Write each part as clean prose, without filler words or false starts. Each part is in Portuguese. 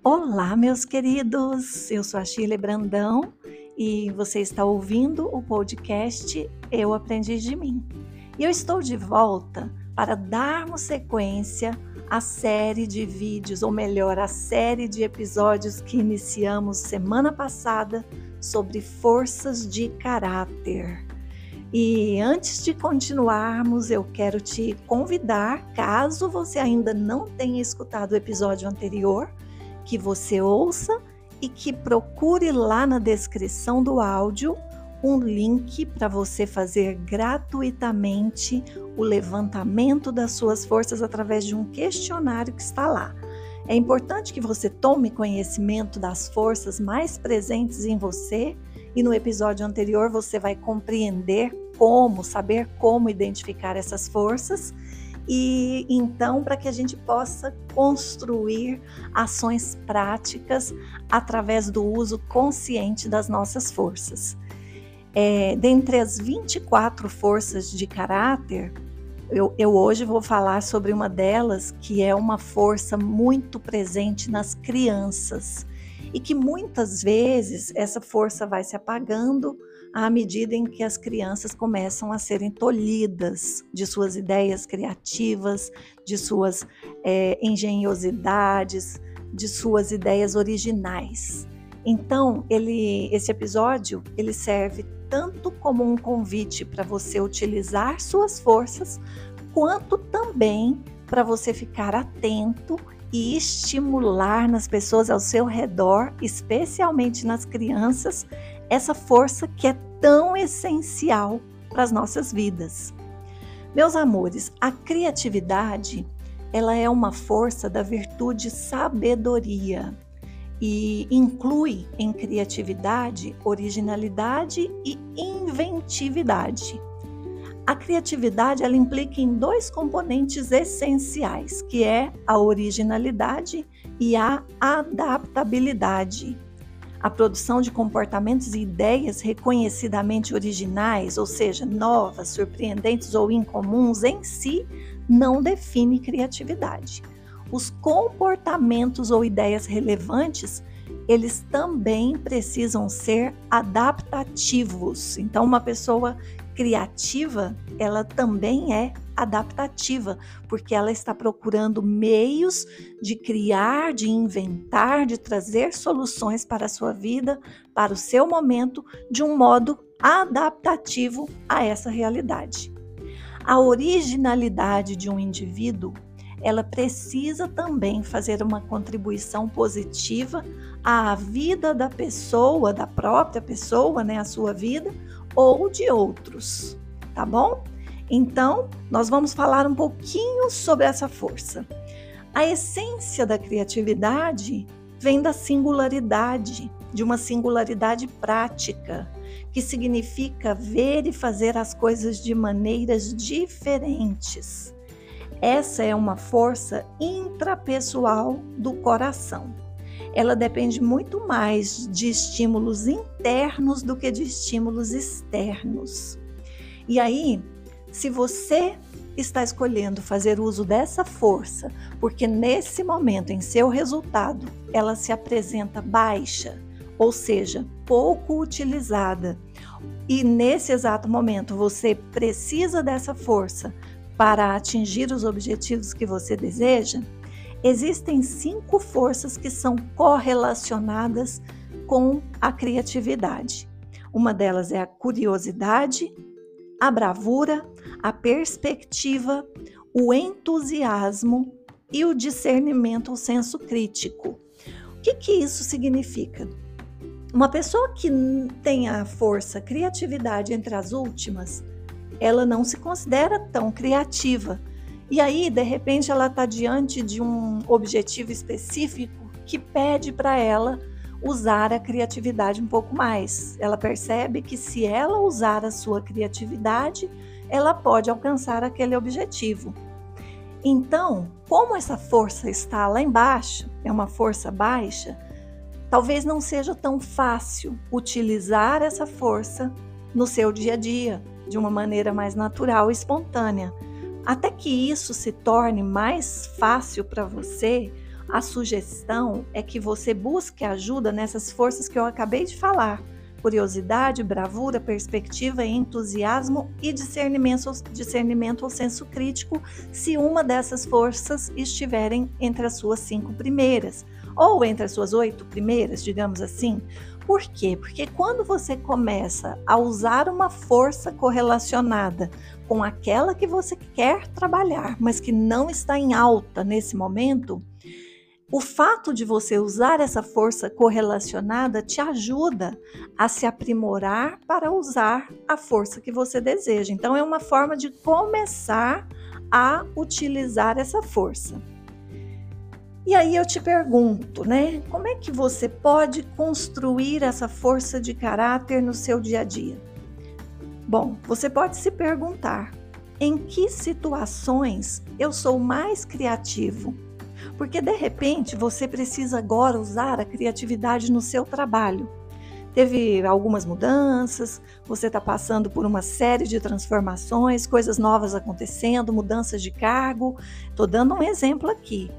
Olá, meus queridos! Eu sou a Shirley Brandão e você está ouvindo o podcast Eu Aprendi de Mim. E eu estou de volta para darmos sequência à série de vídeos, ou melhor, à série de episódios que iniciamos semana passada sobre forças de caráter. E antes de continuarmos, eu quero te convidar, caso você ainda não tenha escutado o episódio anterior, que você ouça e que procure lá na descrição do áudio um link para você fazer gratuitamente o levantamento das suas forças através de um questionário que está lá. É importante que você tome conhecimento das forças mais presentes em você e no episódio anterior você vai compreender saber como identificar essas forças. E então, para que a gente possa construir ações práticas através do uso consciente das nossas forças. Dentre as 24 forças de caráter, eu hoje vou falar sobre uma delas que é uma força muito presente nas crianças e que muitas vezes essa força vai se apagando à medida em que as crianças começam a serem tolhidas de suas ideias criativas, de suas engenhosidades, de suas ideias originais. Então, esse episódio ele serve tanto como um convite para você utilizar suas forças, quanto também para você ficar atento e estimular nas pessoas ao seu redor, especialmente nas crianças, essa força que é tão essencial para as nossas vidas. Meus amores, a criatividade, ela é uma força da virtude sabedoria e inclui em criatividade originalidade e inventividade. A criatividade ela implica em dois componentes essenciais, que é a originalidade e a adaptabilidade. A produção de comportamentos e ideias reconhecidamente originais, ou seja, novas, surpreendentes ou incomuns em si, não define criatividade. Os comportamentos ou ideias relevantes, eles também precisam ser adaptativos. Então, uma pessoa criativa, ela também é adaptativa, porque ela está procurando meios de criar, de inventar, de trazer soluções para a sua vida, para o seu momento, de um modo adaptativo a essa realidade. A originalidade de um indivíduo, ela precisa também fazer uma contribuição positiva à vida da pessoa, da própria pessoa, a sua vida, ou de outros, tá bom? Então, nós vamos falar um pouquinho sobre essa força. A essência da criatividade vem da singularidade, de uma singularidade prática, que significa ver e fazer as coisas de maneiras diferentes. Essa é uma força intrapessoal do coração. Ela depende muito mais de estímulos internos do que de estímulos externos. E aí, se você está escolhendo fazer uso dessa força, porque nesse momento, em seu resultado, ela se apresenta baixa, ou seja, pouco utilizada, e nesse exato momento você precisa dessa força para atingir os objetivos que você deseja, existem 5 forças que são correlacionadas com a criatividade. Uma delas é a curiosidade, a bravura, a perspectiva, o entusiasmo e o discernimento, o senso crítico. O que isso significa? Uma pessoa que tem a força criatividade entre as últimas, ela não se considera tão criativa. E aí, de repente, ela está diante de um objetivo específico que pede para ela usar a criatividade um pouco mais. Ela percebe que se ela usar a sua criatividade, ela pode alcançar aquele objetivo. Então, como essa força está lá embaixo, é uma força baixa, talvez não seja tão fácil utilizar essa força no seu dia a dia, de uma maneira mais natural e espontânea. Até que isso se torne mais fácil para você, A sugestão é que você busque ajuda nessas forças que eu acabei de falar: curiosidade, bravura, perspectiva, entusiasmo e discernimento ou senso crítico, se uma dessas forças estiverem entre as suas 5 primeiras, ou entre as suas 8 primeiras, digamos assim. Por quê? Porque quando você começa a usar uma força correlacionada com aquela que você quer trabalhar, mas que não está em alta nesse momento, o fato de você usar essa força correlacionada te ajuda a se aprimorar para usar a força que você deseja. Então, é uma forma de começar a utilizar essa força. E aí eu te pergunto, né? Como é que você pode construir essa força de caráter no seu dia a dia? Bom, você pode se perguntar: em que situações eu sou mais criativo? Porque de repente você precisa agora usar a criatividade no seu trabalho. Teve algumas mudanças, você está passando por uma série de transformações, coisas novas acontecendo, mudanças de cargo. Estou dando um exemplo aqui.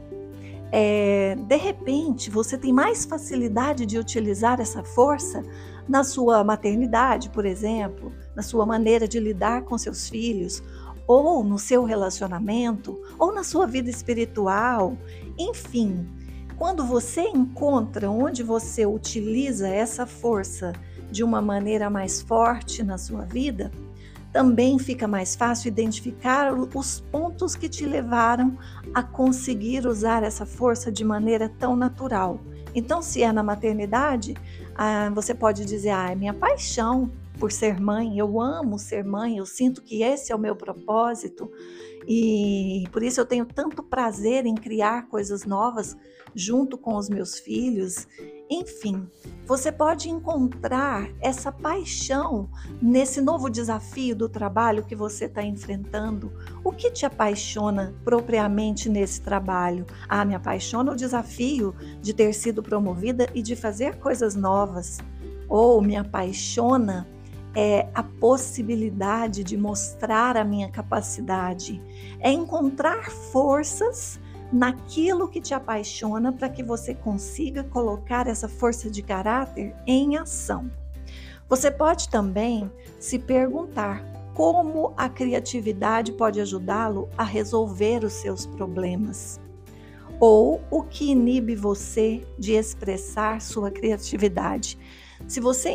De repente, você tem mais facilidade de utilizar essa força na sua maternidade, por exemplo, na sua maneira de lidar com seus filhos, ou no seu relacionamento, ou na sua vida espiritual. Enfim, quando você encontra onde você utiliza essa força de uma maneira mais forte na sua vida, também fica mais fácil identificar os pontos que te levaram a conseguir usar essa força de maneira tão natural. Então, se é na maternidade, você pode dizer: é minha paixão por ser mãe, eu amo ser mãe, eu sinto que esse é o meu propósito e por isso eu tenho tanto prazer em criar coisas novas junto com os meus filhos. Enfim, você pode encontrar essa paixão nesse novo desafio do trabalho que você está enfrentando. O que te apaixona propriamente nesse trabalho? Me apaixona o desafio de ter sido promovida e de fazer coisas novas. Ou me apaixona a possibilidade de mostrar a minha capacidade. É encontrar forças naquilo que te apaixona para que você consiga colocar essa força de caráter em ação. Você pode também se perguntar como a criatividade pode ajudá-lo a resolver os seus problemas. Ou o que inibe você de expressar sua criatividade. Se você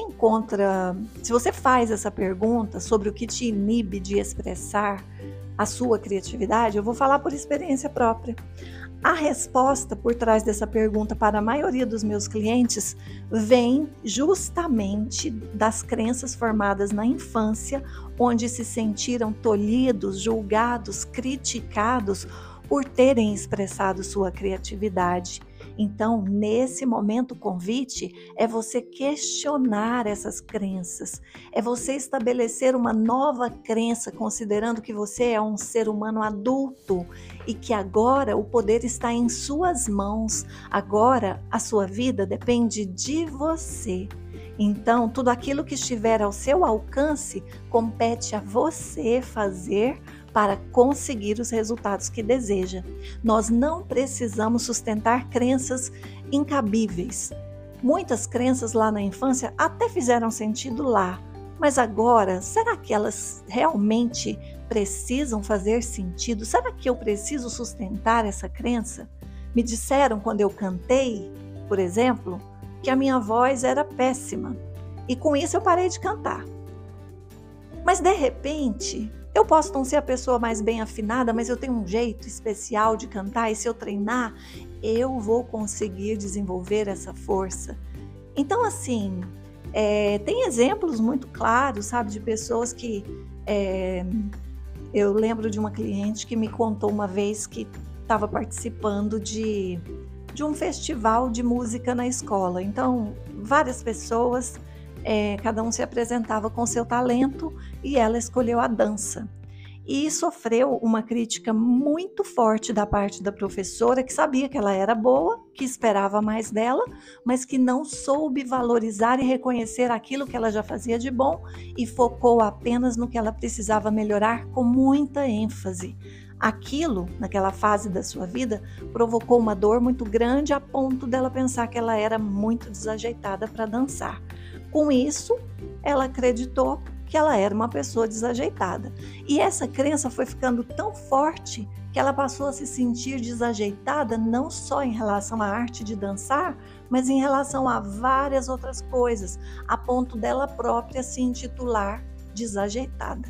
faz essa pergunta sobre o que te inibe de expressar a sua criatividade, eu vou falar por experiência própria. A resposta por trás dessa pergunta para a maioria dos meus clientes vem justamente das crenças formadas na infância, onde se sentiram tolhidos, julgados, criticados por terem expressado sua criatividade. Então, nesse momento, o convite é você questionar essas crenças, é você estabelecer uma nova crença, considerando que você é um ser humano adulto e que agora o poder está em suas mãos, agora a sua vida depende de você. Então, tudo aquilo que estiver ao seu alcance compete a você fazer para conseguir os resultados que deseja. Nós não precisamos sustentar crenças incabíveis. Muitas crenças lá na infância até fizeram sentido lá, mas agora, será que elas realmente precisam fazer sentido? Será que eu preciso sustentar essa crença? Me disseram quando eu cantei, por exemplo, que a minha voz era péssima e com isso eu parei de cantar. Mas de repente, eu posso não ser a pessoa mais bem afinada, mas eu tenho um jeito especial de cantar e se eu treinar, eu vou conseguir desenvolver essa força. Então, assim, tem exemplos muito claros, sabe, de pessoas que... eu lembro de uma cliente que me contou uma vez que estava participando de um festival de música na escola. Então, várias pessoas... cada um se apresentava com seu talento e ela escolheu a dança. E sofreu uma crítica muito forte da parte da professora, que sabia que ela era boa, que esperava mais dela, mas que não soube valorizar e reconhecer aquilo que ela já fazia de bom e focou apenas no que ela precisava melhorar com muita ênfase. Aquilo, naquela fase da sua vida, provocou uma dor muito grande a ponto dela pensar que ela era muito desajeitada para dançar. Com isso, ela acreditou que ela era uma pessoa desajeitada. E essa crença foi ficando tão forte que ela passou a se sentir desajeitada não só em relação à arte de dançar, mas em relação a várias outras coisas, a ponto dela própria se intitular desajeitada.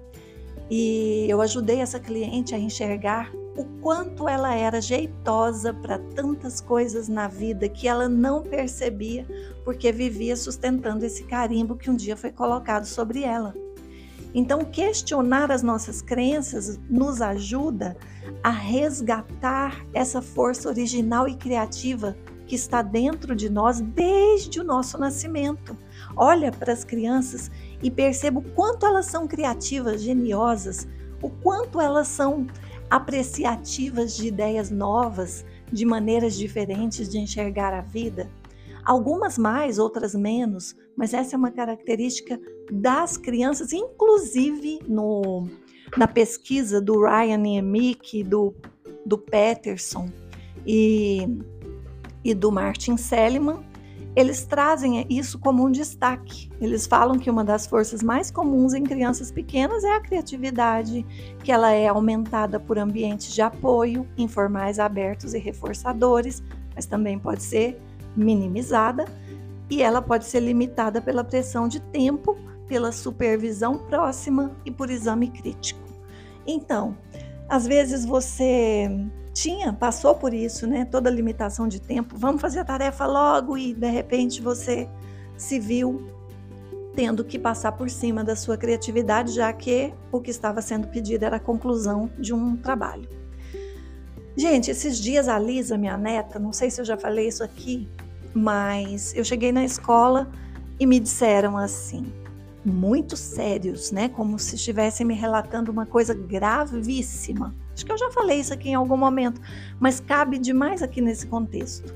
E eu ajudei essa cliente a enxergar o quanto ela era jeitosa para tantas coisas na vida que ela não percebia porque vivia sustentando esse carimbo que um dia foi colocado sobre ela. Então, questionar as nossas crenças nos ajuda a resgatar essa força original e criativa que está dentro de nós desde o nosso nascimento. Olha para as crianças e perceba o quanto elas são criativas, geniosas, o quanto elas são apreciativas de ideias novas, de maneiras diferentes de enxergar a vida. Algumas mais, outras menos, mas essa é uma característica das crianças, inclusive na pesquisa do Ryan Emick, do Peterson e do Martin Seligman. Eles trazem isso como um destaque. Eles falam que uma das forças mais comuns em crianças pequenas é a criatividade, que ela é aumentada por ambientes de apoio, informais, abertos e reforçadores, mas também pode ser minimizada e ela pode ser limitada pela pressão de tempo, pela supervisão próxima e por exame crítico. Então, às vezes você passou por isso, né? Toda limitação de tempo, vamos fazer a tarefa logo e de repente você se viu tendo que passar por cima da sua criatividade, já que o que estava sendo pedido era a conclusão de um trabalho. Gente, esses dias a Lisa, minha neta, não sei se eu já falei isso aqui, mas eu cheguei na escola e me disseram assim, muito sérios, né? Como se estivessem me relatando uma coisa gravíssima. Acho que eu já falei isso aqui em algum momento, mas cabe demais aqui nesse contexto.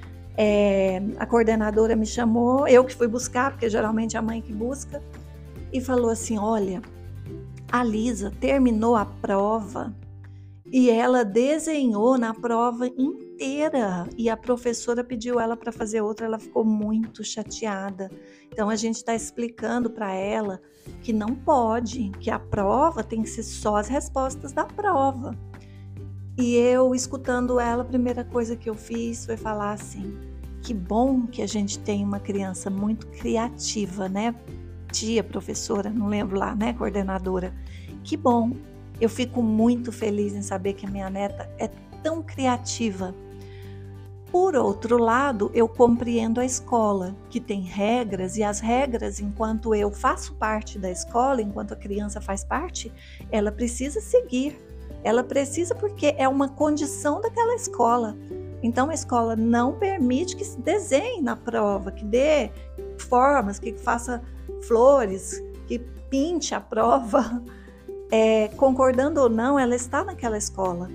A coordenadora me chamou, eu que fui buscar, porque geralmente é a mãe que busca, e falou assim, olha, a Lisa terminou a prova e ela desenhou na prova inteira e a professora pediu ela para fazer outra, ela ficou muito chateada. Então a gente está explicando para ela que não pode, que a prova tem que ser só as respostas da prova. E eu, escutando ela, a primeira coisa que eu fiz foi falar assim, que bom que a gente tem uma criança muito criativa, né? Tia, professora, não lembro lá, né? Coordenadora. Que bom. Eu fico muito feliz em saber que a minha neta é tão criativa. Por outro lado, eu compreendo a escola, que tem regras, e as regras, enquanto eu faço parte da escola, enquanto a criança faz parte, ela precisa seguir. Ela precisa porque é uma condição daquela escola. Então, a escola não permite que se desenhe na prova, que dê formas, que faça flores, que pinte a prova. Concordando ou não, ela está naquela escola.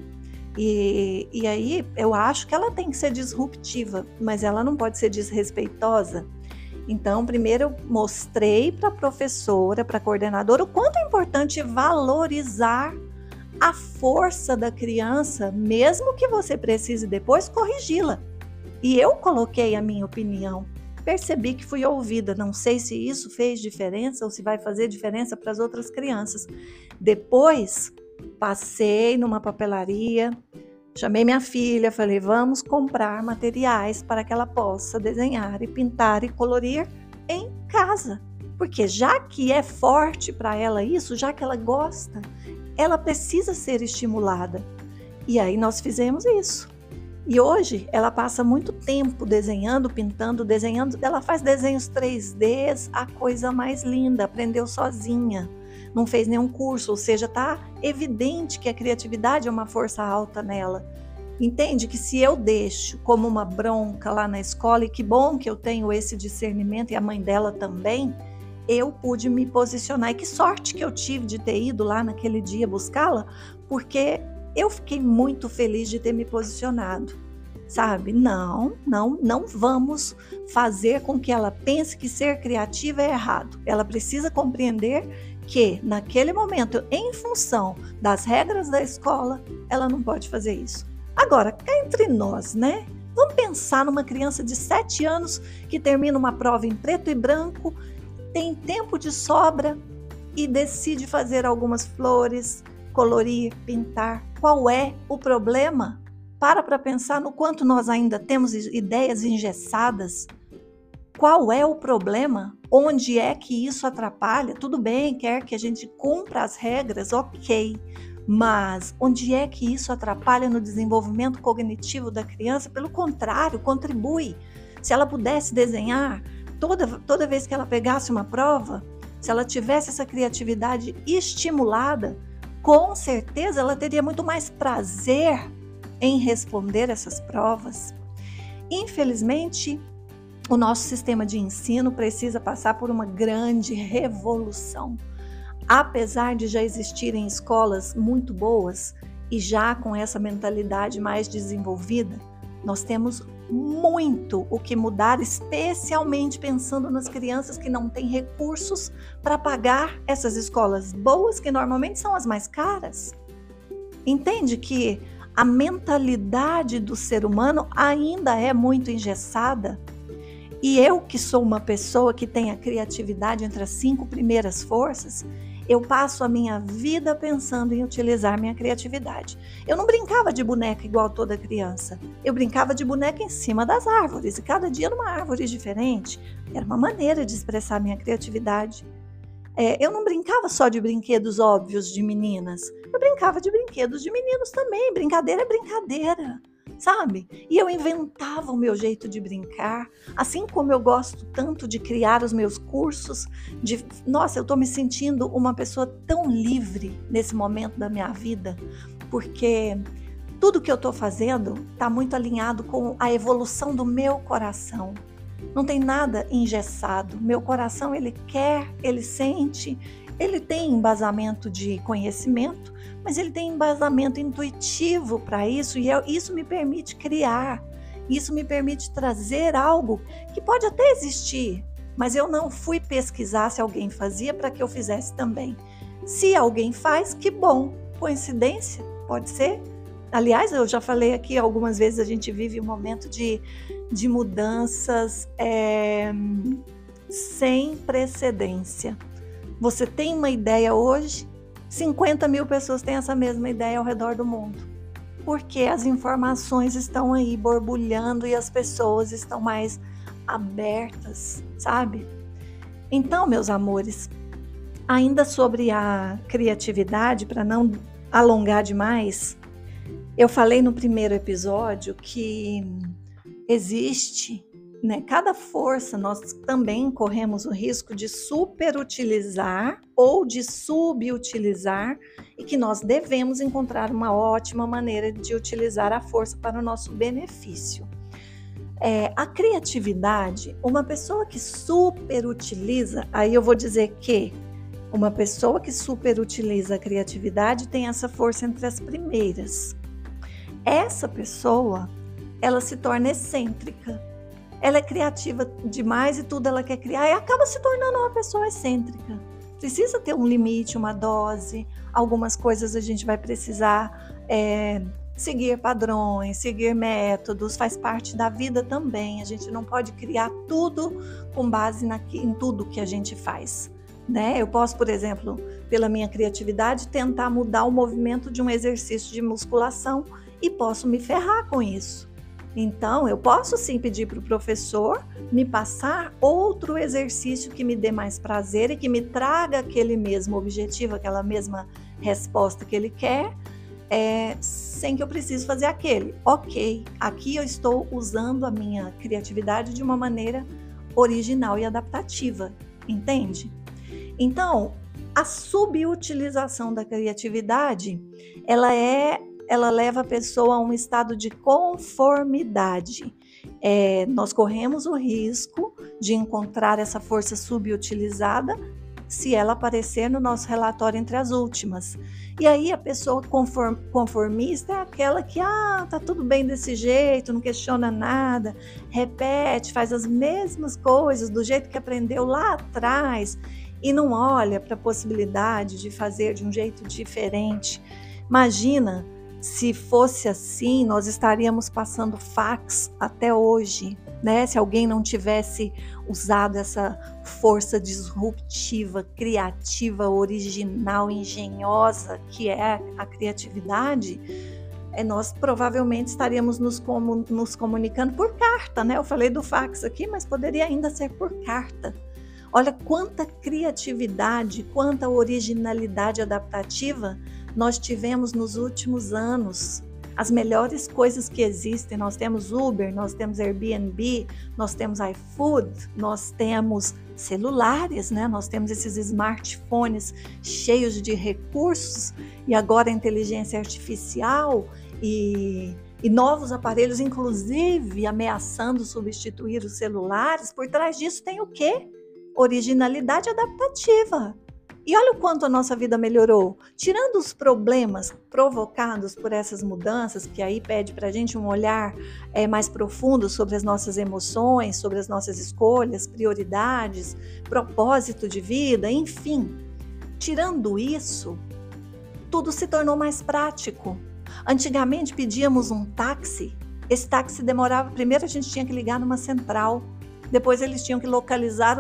E aí eu acho que ela tem que ser disruptiva, mas ela não pode ser desrespeitosa. Então, primeiro eu mostrei para a professora, para a coordenadora, o quanto é importante valorizar a força da criança, mesmo que você precise depois corrigi-la. E eu coloquei a minha opinião. Percebi que fui ouvida, não sei se isso fez diferença ou se vai fazer diferença para as outras crianças. Depois, passei numa papelaria, chamei minha filha, falei, vamos comprar materiais para que ela possa desenhar e pintar e colorir em casa. Porque já que é forte para ela isso, já que ela gosta, ela precisa ser estimulada. E aí nós fizemos isso. E hoje ela passa muito tempo desenhando, pintando, desenhando. Ela faz desenhos 3D, a coisa mais linda, aprendeu sozinha. Não fez nenhum curso, ou seja, está evidente que a criatividade é uma força alta nela. Entende que se eu deixo como uma bronca lá na escola, e que bom que eu tenho esse discernimento e a mãe dela também, eu pude me posicionar. E que sorte que eu tive de ter ido lá naquele dia buscá-la, porque eu fiquei muito feliz de ter me posicionado, sabe? Não vamos fazer com que ela pense que ser criativa é errado. Ela precisa compreender que naquele momento, em função das regras da escola, ela não pode fazer isso. Agora, cá entre nós, né? Vamos pensar numa criança de 7 anos que termina uma prova em preto e branco, tem tempo de sobra e decide fazer algumas flores, colorir, pintar. Qual é o problema? Para pensar no quanto nós ainda temos ideias engessadas. Qual é o problema? Onde é que isso atrapalha? Tudo bem, quer que a gente cumpra as regras, ok. Mas onde é que isso atrapalha no desenvolvimento cognitivo da criança? Pelo contrário, contribui. Se ela pudesse desenhar, toda vez que ela pegasse uma prova, se ela tivesse essa criatividade estimulada, com certeza ela teria muito mais prazer em responder essas provas. Infelizmente, o nosso sistema de ensino precisa passar por uma grande revolução. Apesar de já existirem escolas muito boas e já com essa mentalidade mais desenvolvida, nós temos muito o que mudar, especialmente pensando nas crianças que não têm recursos para pagar essas escolas boas, que normalmente são as mais caras. Entende que a mentalidade do ser humano ainda é muito engessada? E eu, que sou uma pessoa que tem a criatividade entre as 5 primeiras forças, eu passo a minha vida pensando em utilizar minha criatividade. Eu não brincava de boneca igual toda criança. Eu brincava de boneca em cima das árvores, e cada dia numa árvore diferente. Era uma maneira de expressar minha criatividade. Eu não brincava só de brinquedos óbvios de meninas. Eu brincava de brinquedos de meninos também. Brincadeira é brincadeira, sabe? E eu inventava o meu jeito de brincar, assim como eu gosto tanto de criar os meus cursos. Nossa, eu estou me sentindo uma pessoa tão livre nesse momento da minha vida, porque tudo que eu estou fazendo está muito alinhado com a evolução do meu coração. Não tem nada engessado. Meu coração, ele quer, ele sente, ele tem embasamento de conhecimento, mas ele tem embasamento intuitivo para isso, e isso me permite criar, isso me permite trazer algo que pode até existir, mas eu não fui pesquisar se alguém fazia para que eu fizesse também. Se alguém faz, que bom. Coincidência? Pode ser. Aliás, eu já falei aqui algumas vezes, a gente vive um momento de mudanças sem precedência. Você tem uma ideia hoje, 50 mil pessoas têm essa mesma ideia ao redor do mundo. Porque as informações estão aí borbulhando e as pessoas estão mais abertas, sabe? Então, meus amores, ainda sobre a criatividade, para não alongar demais, eu falei no primeiro episódio que existe, né, cada força nós também corremos o risco de superutilizar ou de subutilizar, e que nós devemos encontrar uma ótima maneira de utilizar a força para o nosso benefício. A criatividade, uma pessoa que superutiliza, aí eu vou dizer que uma pessoa que superutiliza a criatividade tem essa força entre as primeiras. Essa pessoa, ela se torna excêntrica. Ela é criativa demais e tudo ela quer criar e acaba se tornando uma pessoa excêntrica. Precisa ter um limite, uma dose. Algumas coisas a gente vai precisar seguir padrões, seguir métodos, faz parte da vida também. A gente não pode criar tudo com base em tudo que a gente faz, né? Eu posso, por exemplo, pela minha criatividade, tentar mudar o movimento de um exercício de musculação e posso me ferrar com isso. Então, eu posso sim pedir para o professor me passar outro exercício que me dê mais prazer e que me traga aquele mesmo objetivo, aquela mesma resposta que ele quer, sem que eu precise fazer aquele. Ok, aqui eu estou usando a minha criatividade de uma maneira original e adaptativa, entende? Então, a subutilização da criatividade, ela leva a pessoa a um estado de conformidade. Nós corremos o risco de encontrar essa força subutilizada se ela aparecer no nosso relatório entre as últimas. E aí a pessoa conformista é aquela que, tá tudo bem desse jeito, não questiona nada, repete, faz as mesmas coisas do jeito que aprendeu lá atrás e não olha para a possibilidade de fazer de um jeito diferente. Imagina se fosse assim, nós estaríamos passando fax até hoje, né? Se alguém não tivesse usado essa força disruptiva, criativa, original, engenhosa, que é a criatividade, nós provavelmente estaríamos nos comunicando por carta, né? Eu falei do fax aqui, mas poderia ainda ser por carta. Olha quanta criatividade, quanta originalidade adaptativa nós tivemos nos últimos anos. As melhores coisas que existem, nós temos Uber, nós temos Airbnb, nós temos iFood, nós temos celulares, né? Nós temos esses smartphones cheios de recursos e agora a inteligência artificial e novos aparelhos, inclusive ameaçando substituir os celulares. Por trás disso tem o quê? Originalidade adaptativa. E olha o quanto a nossa vida melhorou. Tirando os problemas provocados por essas mudanças, que aí pede para a gente um olhar mais profundo sobre as nossas emoções, sobre as nossas escolhas, prioridades, propósito de vida, enfim. Tirando isso, tudo se tornou mais prático. Antigamente pedíamos um táxi, esse táxi demorava, primeiro a gente tinha que ligar numa central, depois eles tinham que localizar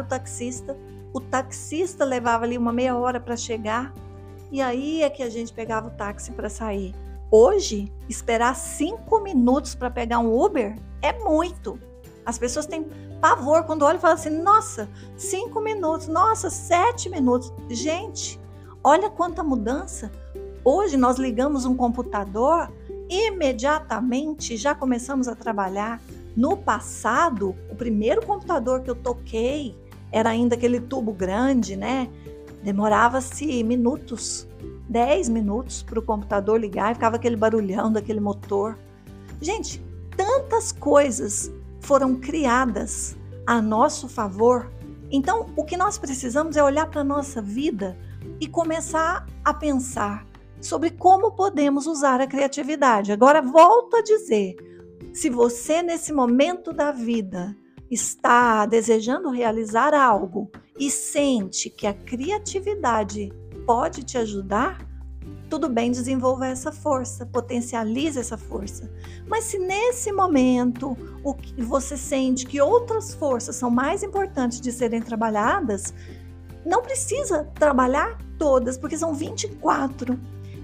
o taxista levava ali uma meia hora para chegar, e aí é que a gente pegava o táxi para sair. Hoje, esperar 5 minutos para pegar um Uber é muito. As pessoas têm pavor quando olham e falam assim, nossa, 5 minutos, nossa, 7 minutos. Gente, olha quanta mudança. Hoje nós ligamos um computador, imediatamente já começamos a trabalhar. No passado, o primeiro computador que eu toquei era ainda aquele tubo grande, né? Demorava-se minutos, 10 minutos para o computador ligar e ficava aquele barulhão daquele motor. Gente, tantas coisas foram criadas a nosso favor. Então, o que nós precisamos é olhar para a nossa vida e começar a pensar sobre como podemos usar a criatividade. Agora, volto a dizer, se você nesse momento da vida está desejando realizar algo e sente que a criatividade pode te ajudar, tudo bem, desenvolva essa força, potencialize essa força. Mas se nesse momento o que você sente que outras forças são mais importantes de serem trabalhadas, não precisa trabalhar todas, porque são 24.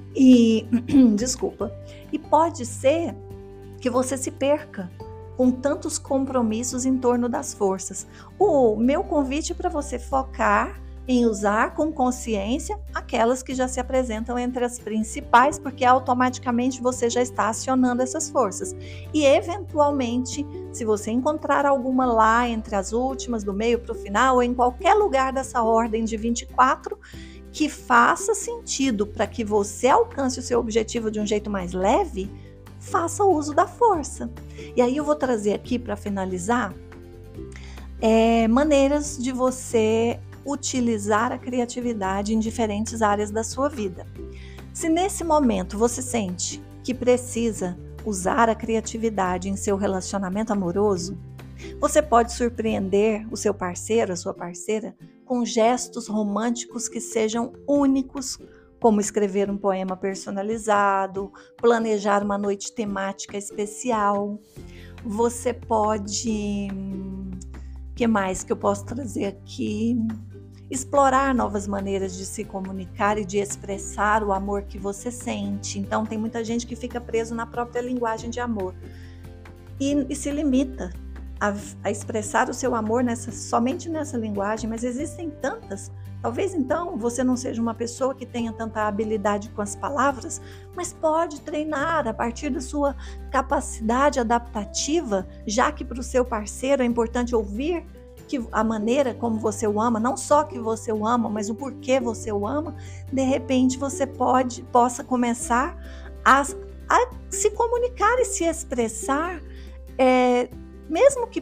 Desculpa. E pode ser que você se perca com tantos compromissos em torno das forças. O meu convite é para você focar em usar com consciência aquelas que já se apresentam entre as principais, porque automaticamente você já está acionando essas forças. E eventualmente, se você encontrar alguma lá entre as últimas, do meio para o final, ou em qualquer lugar dessa ordem de 24, que faça sentido para que você alcance o seu objetivo de um jeito mais leve, faça uso da força. E aí eu vou trazer aqui para finalizar maneiras de você utilizar a criatividade em diferentes áreas da sua vida. Se nesse momento você sente que precisa usar a criatividade em seu relacionamento amoroso, você pode surpreender o seu parceiro, a sua parceira, com gestos românticos que sejam únicos, como escrever um poema personalizado, planejar uma noite temática especial. Você pode... O que mais que eu posso trazer aqui? Explorar novas maneiras de se comunicar e de expressar o amor que você sente. Então, tem muita gente que fica preso na própria linguagem de amor e se limita a expressar o seu amor somente nessa linguagem, mas existem tantas. Talvez então você não seja uma pessoa que tenha tanta habilidade com as palavras, mas pode treinar a partir da sua capacidade adaptativa, já que para o seu parceiro é importante ouvir que a maneira como você o ama, não só que você o ama, mas o porquê você o ama. De repente você possa começar a se comunicar e se expressar, mesmo que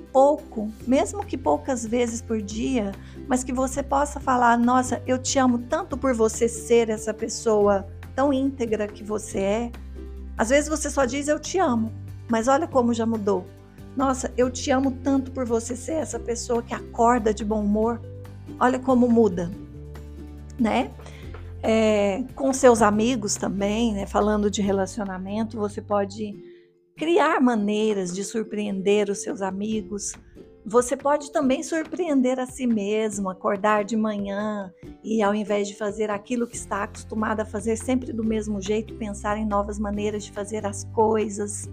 poucas vezes por dia, mas que você possa falar, nossa, eu te amo tanto por você ser essa pessoa tão íntegra que você é. Às vezes você só diz eu te amo, mas olha como já mudou. Nossa, eu te amo tanto por você ser essa pessoa que acorda de bom humor. Olha como muda. né? Com seus amigos também, né? Falando de relacionamento, você pode criar maneiras de surpreender os seus amigos. Você pode também surpreender a si mesmo, acordar de manhã e, ao invés de fazer aquilo que está acostumado a fazer sempre do mesmo jeito, pensar em novas maneiras de fazer as coisas.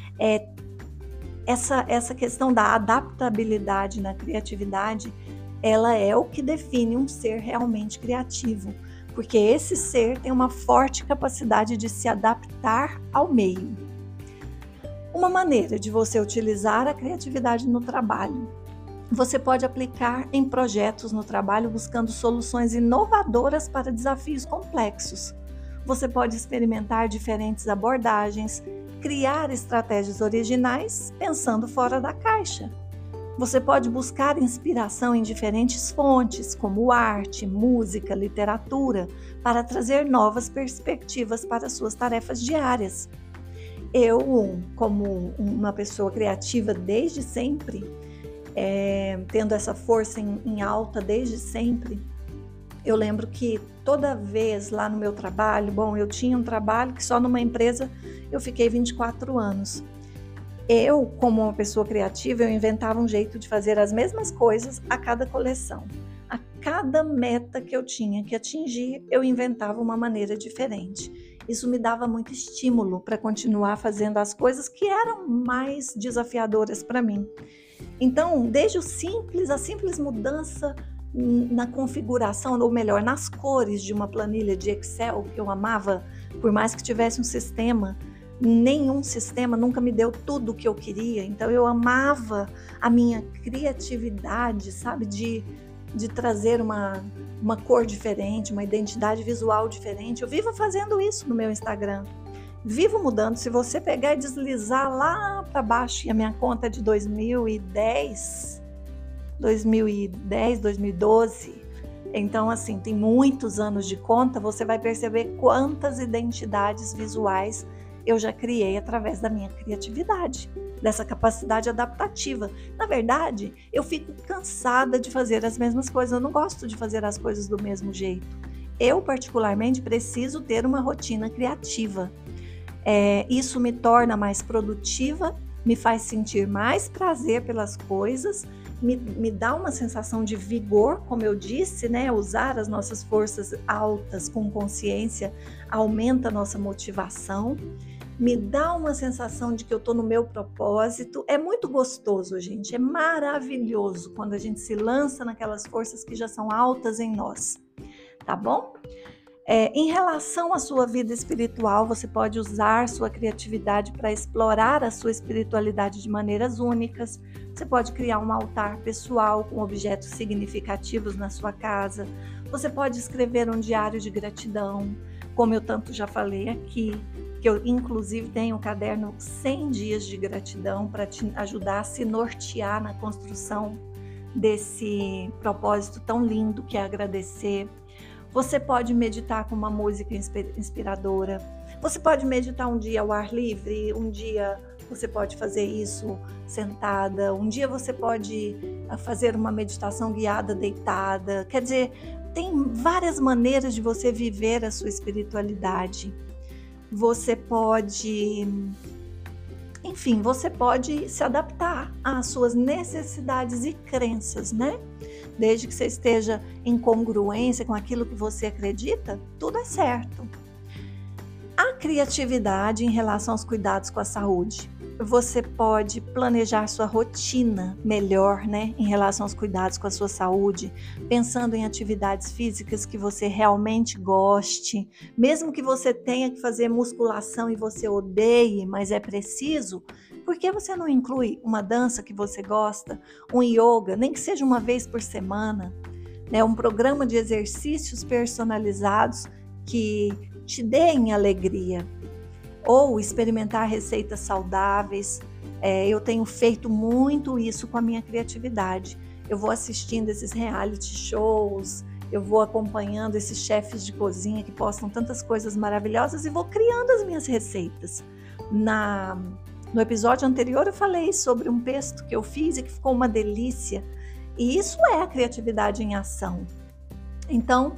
Essa questão da adaptabilidade na criatividade, ela é o que define um ser realmente criativo, porque esse ser tem uma forte capacidade de se adaptar ao meio. Uma maneira de você utilizar a criatividade no trabalho. Você pode aplicar em projetos no trabalho buscando soluções inovadoras para desafios complexos. Você pode experimentar diferentes abordagens, criar estratégias originais pensando fora da caixa. Você pode buscar inspiração em diferentes fontes, como arte, música, literatura, para trazer novas perspectivas para suas tarefas diárias. Eu, como uma pessoa criativa desde sempre, tendo essa força em alta desde sempre, eu lembro que toda vez lá no meu trabalho, eu tinha um trabalho que só numa empresa eu fiquei 24 anos. Eu, como uma pessoa criativa, eu inventava um jeito de fazer as mesmas coisas a cada coleção. A cada meta que eu tinha que atingir, eu inventava uma maneira diferente. Isso me dava muito estímulo para continuar fazendo as coisas que eram mais desafiadoras para mim. Então, desde a simples mudança na configuração, ou melhor, nas cores de uma planilha de Excel, que eu amava, por mais que tivesse um sistema, nenhum sistema nunca me deu tudo o que eu queria. Então, eu amava a minha criatividade, sabe, de trazer uma cor diferente, uma identidade visual diferente. Eu vivo fazendo isso no meu Instagram. Vivo mudando. Se você pegar e deslizar lá para baixo, e a minha conta é de 2010, 2012. Então, assim, tem muitos anos de conta, você vai perceber quantas identidades visuais eu já criei através da minha criatividade, dessa capacidade adaptativa. Na verdade, eu fico cansada de fazer as mesmas coisas, eu não gosto de fazer as coisas do mesmo jeito. Eu, particularmente, preciso ter uma rotina criativa. Isso me torna mais produtiva, me faz sentir mais prazer pelas coisas, me dá uma sensação de vigor, como eu disse, né? Usar as nossas forças altas com consciência aumenta a nossa motivação, me dá uma sensação de que eu estou no meu propósito. É muito gostoso, gente, é maravilhoso quando a gente se lança naquelas forças que já são altas em nós, tá bom? Em relação à sua vida espiritual, você pode usar sua criatividade para explorar a sua espiritualidade de maneiras únicas. Você pode criar um altar pessoal com objetos significativos na sua casa. Você pode escrever um diário de gratidão, como eu tanto já falei aqui, que eu inclusive tenho um caderno 100 dias de gratidão para te ajudar a se nortear na construção desse propósito tão lindo que é agradecer. Você pode meditar com uma música inspiradora. Você pode meditar um dia ao ar livre, um dia você pode fazer isso sentada, um dia você pode fazer uma meditação guiada deitada. Quer dizer, tem várias maneiras de você viver a sua espiritualidade. Você pode se adaptar às suas necessidades e crenças, né? Desde que você esteja em congruência com aquilo que você acredita, tudo é certo. A criatividade em relação aos cuidados com a saúde. Você pode planejar sua rotina melhor, né, em relação aos cuidados com a sua saúde, pensando em atividades físicas que você realmente goste, mesmo que você tenha que fazer musculação e você odeie, mas é preciso. Por que você não inclui uma dança que você gosta, um yoga, nem que seja uma vez por semana, né, um programa de exercícios personalizados que te deem alegria? Ou experimentar receitas saudáveis. Eu tenho feito muito isso com a minha criatividade. Eu vou assistindo esses reality shows, eu vou acompanhando esses chefes de cozinha que postam tantas coisas maravilhosas e vou criando as minhas receitas. No episódio anterior eu falei sobre um pesto que eu fiz e que ficou uma delícia. E isso é a criatividade em ação. Então,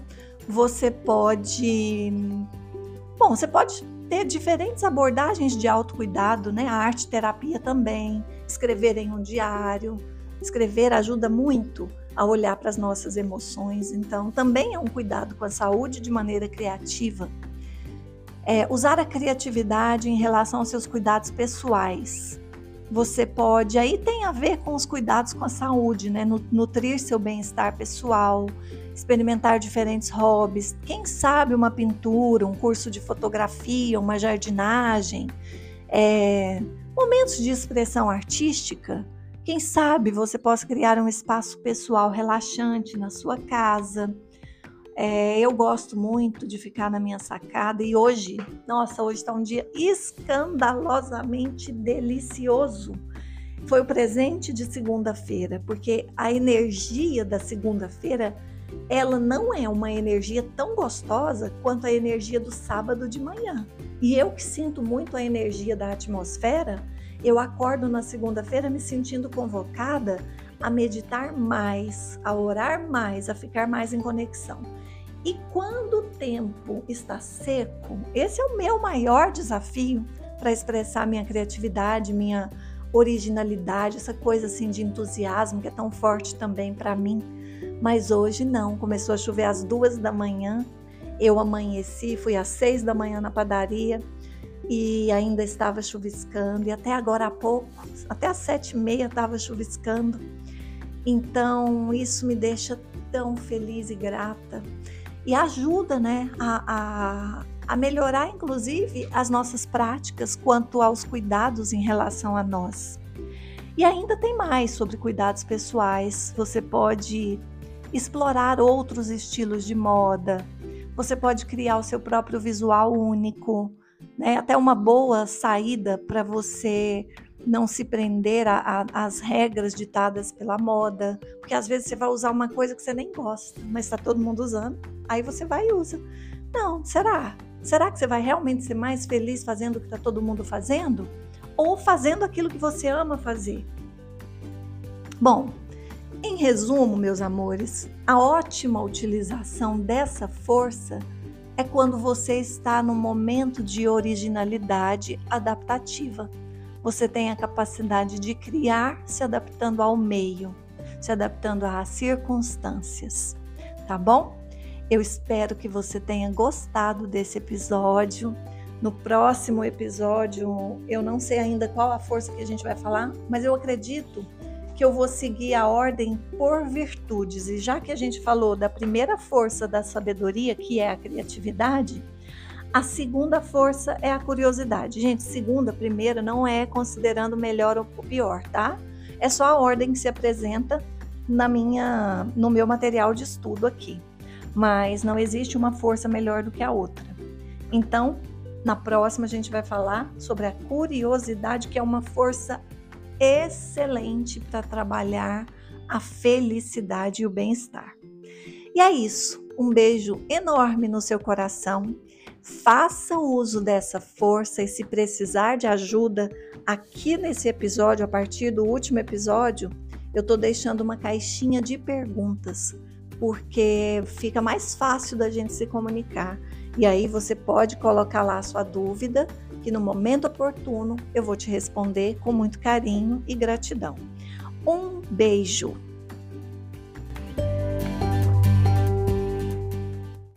você pode você pode ter diferentes abordagens de autocuidado, né? A arte-terapia também, escrever em um diário. Escrever ajuda muito a olhar para as nossas emoções, então também é um cuidado com a saúde de maneira criativa. Usar a criatividade em relação aos seus cuidados pessoais. Você pode, aí tem a ver com os cuidados com a saúde, né? Nutrir seu bem-estar pessoal, experimentar diferentes hobbies, quem sabe uma pintura, um curso de fotografia, uma jardinagem, momentos de expressão artística. Quem sabe você possa criar um espaço pessoal relaxante na sua casa. Eu gosto muito de ficar na minha sacada e hoje está um dia escandalosamente delicioso. Foi o presente de segunda-feira, porque a energia da segunda-feira, ela não é uma energia tão gostosa quanto a energia do sábado de manhã. E eu que sinto muito a energia da atmosfera, eu acordo na segunda-feira me sentindo convocada a meditar mais, a orar mais, a ficar mais em conexão. E quando o tempo está seco, esse é o meu maior desafio para expressar minha criatividade, minha originalidade, essa coisa assim de entusiasmo que é tão forte também para mim. Mas hoje não, começou a chover às 2 da manhã, eu amanheci, fui às 6 da manhã na padaria e ainda estava chuviscando, e até agora há pouco, até às 7h30 estava chuviscando. Então isso me deixa tão feliz e grata. E ajuda, né, a melhorar, inclusive, as nossas práticas quanto aos cuidados em relação a nós. E ainda tem mais sobre cuidados pessoais. Você pode explorar outros estilos de moda. Você pode criar o seu próprio visual único, né? Até uma boa saída para você não se prender às regras ditadas pela moda, porque às vezes você vai usar uma coisa que você nem gosta, mas está todo mundo usando, aí você vai e usa. Não, será? Será que você vai realmente ser mais feliz fazendo o que está todo mundo fazendo? Ou fazendo aquilo que você ama fazer? Bom, em resumo, meus amores, a ótima utilização dessa força é quando você está num momento de originalidade adaptativa. Você tem a capacidade de criar se adaptando ao meio, se adaptando às circunstâncias, tá bom? Eu espero que você tenha gostado desse episódio. No próximo episódio, eu não sei ainda qual a força que a gente vai falar, mas eu acredito que eu vou seguir a ordem por virtudes. E já que a gente falou da primeira força da sabedoria, que é a criatividade, a segunda força é a curiosidade. Gente, segunda, primeira não é considerando melhor ou pior, tá? É só a ordem que se apresenta no meu material de estudo aqui. Mas não existe uma força melhor do que a outra. Então, na próxima a gente vai falar sobre a curiosidade, que é uma força excelente para trabalhar a felicidade e o bem-estar. E é isso. Um beijo enorme no seu coração. Faça uso dessa força e se precisar de ajuda aqui nesse episódio, a partir do último episódio, eu estou deixando uma caixinha de perguntas, porque fica mais fácil da gente se comunicar. E aí você pode colocar lá a sua dúvida, que no momento oportuno eu vou te responder com muito carinho e gratidão. Um beijo!